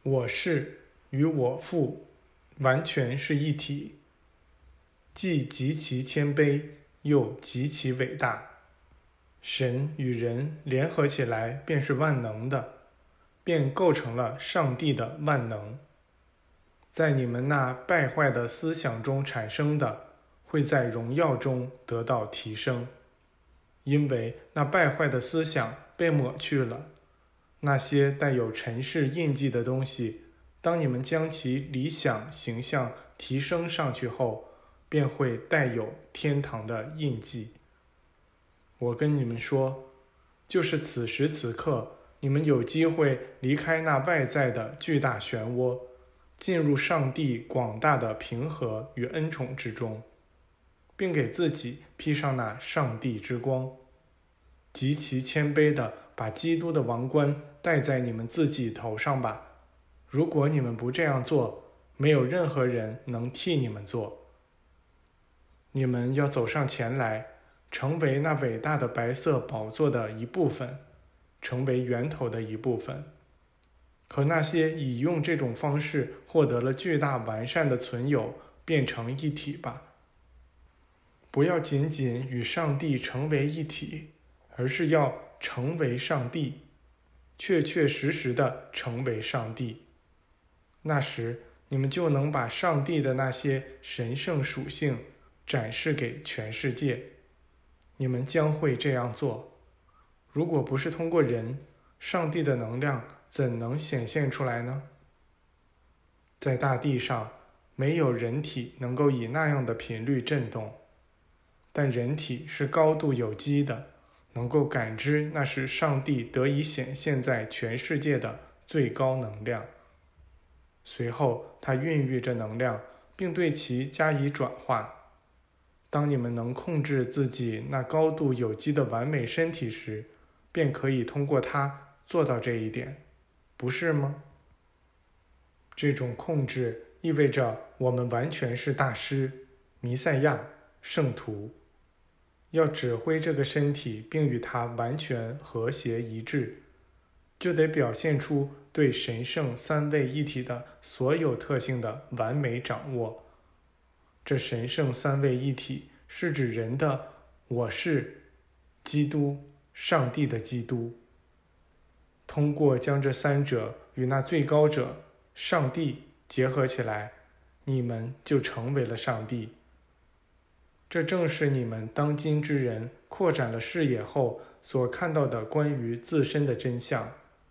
我是与我父完全是一体，既极其谦卑，又极其伟大。神与人联合起来便是万能的，便构成了上帝的万能。在你们那败坏的思想中产生的，会在荣耀中得到提升，因为那败坏的思想被抹去了。那些带有尘世印记的东西，当你们将其理想形象提升上去后，便会带有天堂的印记。我跟你们说，就是此时此刻，你们有机会离开那外在的巨大漩涡，进入上帝广大的平和与恩宠之中，并给自己披上那上帝之光，极其谦卑地把基督的王冠戴在你们自己头上吧。如果你们不这样做，没有任何人能替你们做。你们要走上前来，成为那伟大的白色宝座的一部分，成为源头的一部分，和那些已用这种方式获得了巨大完善的存有变成一体吧。不要仅仅与上帝成为一体，而是要成为上帝，确确实实的成为上帝。那时你们就能把上帝的那些神圣属性展示给全世界。你们将会这样做。如果不是通过人，上帝的能量怎能显现出来呢？在大地上，没有人体能够以那样的频率振动，但人体是高度有机的，能够感知那是上帝得以显现在全世界的最高能量。随后它孕育着能量，并对其加以转化。当你们能控制自己那高度有机的完美身体时，便可以通过它做到这一点，不是吗？这种控制意味着我们完全是大师、弥赛亚、圣徒，要指挥这个身体并与它完全和谐一致，就得表现出对神圣三位一体的所有特性的完美掌握。这神圣三位一体是指人的我是基督，上帝的基督。通过将这三者与那最高者上帝结合起来，你们就成为了上帝。这正是你们当今之人扩展了视野后所看到的关于自身的真相。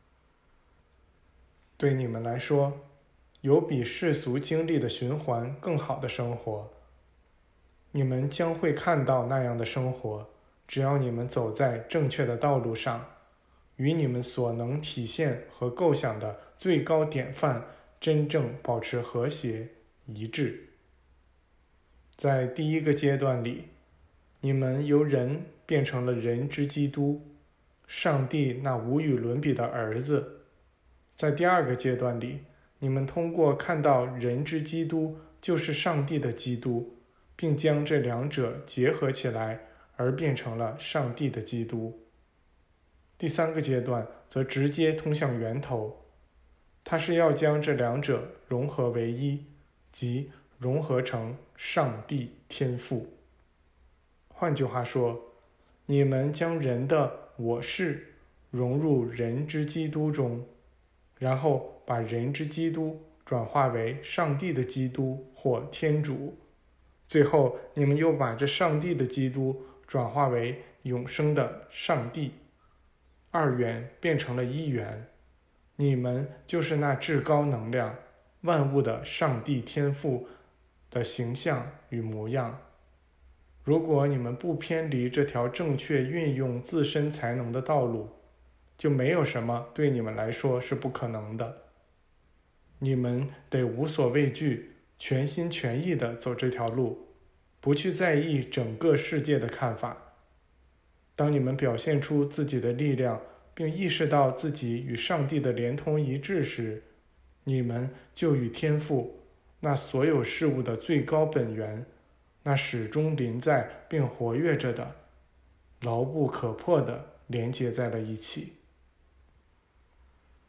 对你们来说，有比世俗经历的循环更好的生活。你们将会看到那样的生活，只要你们走在正确的道路上，与你们所能体现和构想的最高典范真正保持和谐一致。在第一个阶段里，你们由人变成了人之基督，上帝那无与伦比的儿子。在第二个阶段里，你们通过看到人之基督就是上帝的基督，并将这两者结合起来，而变成了上帝的基督。第三个阶段则直接通向源头，它是要将这两者融合为一，即融合成上帝天父。换句话说，你们将人的我是融入人之基督中，然后把人之基督转化为上帝的基督或天主，最后你们又把这上帝的基督转化为永生的上帝，二元变成了一元。你们就是那至高能量万物的上帝天父的形象与模样。如果你们不偏离这条正确运用自身才能的道路，就没有什么对你们来说是不可能的。你们得无所畏惧，全心全意地走这条路，不去在意整个世界的看法。当你们表现出自己的力量，并意识到自己与上帝的连通一致时，你们就与天父，那所有事物的最高本源，那始终临在并活跃着的，牢不可破地连接在了一起。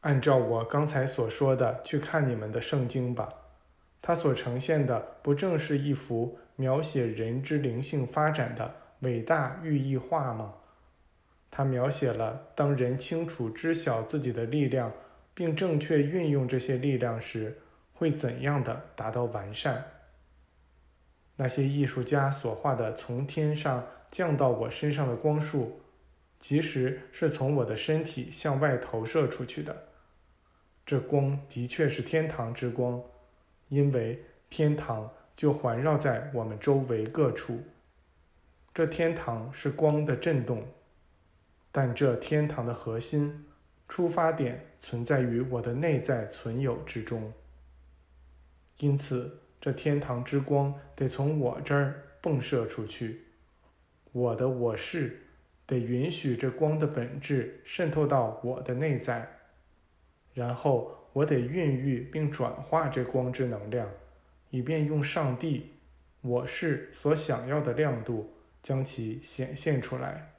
按照我刚才所说的去看你们的圣经吧，它所呈现的不正是一幅描写人之灵性发展的伟大寓意画吗？它描写了当人清楚知晓自己的力量，并正确运用这些力量时，会怎样的达到完善。那些艺术家所画的从天上降到我身上的光束，其实是从我的身体向外投射出去的。这光的确是天堂之光，因为天堂就环绕在我们周围各处。这天堂是光的震动，但这天堂的核心出发点存在于我的内在存有之中。因此这天堂之光得从我这儿迸射出去，我的我是得允许这光的本质渗透到我的内在，然后我得孕育并转化这光之能量，以便用上帝我是所想要的亮度将其显现出来。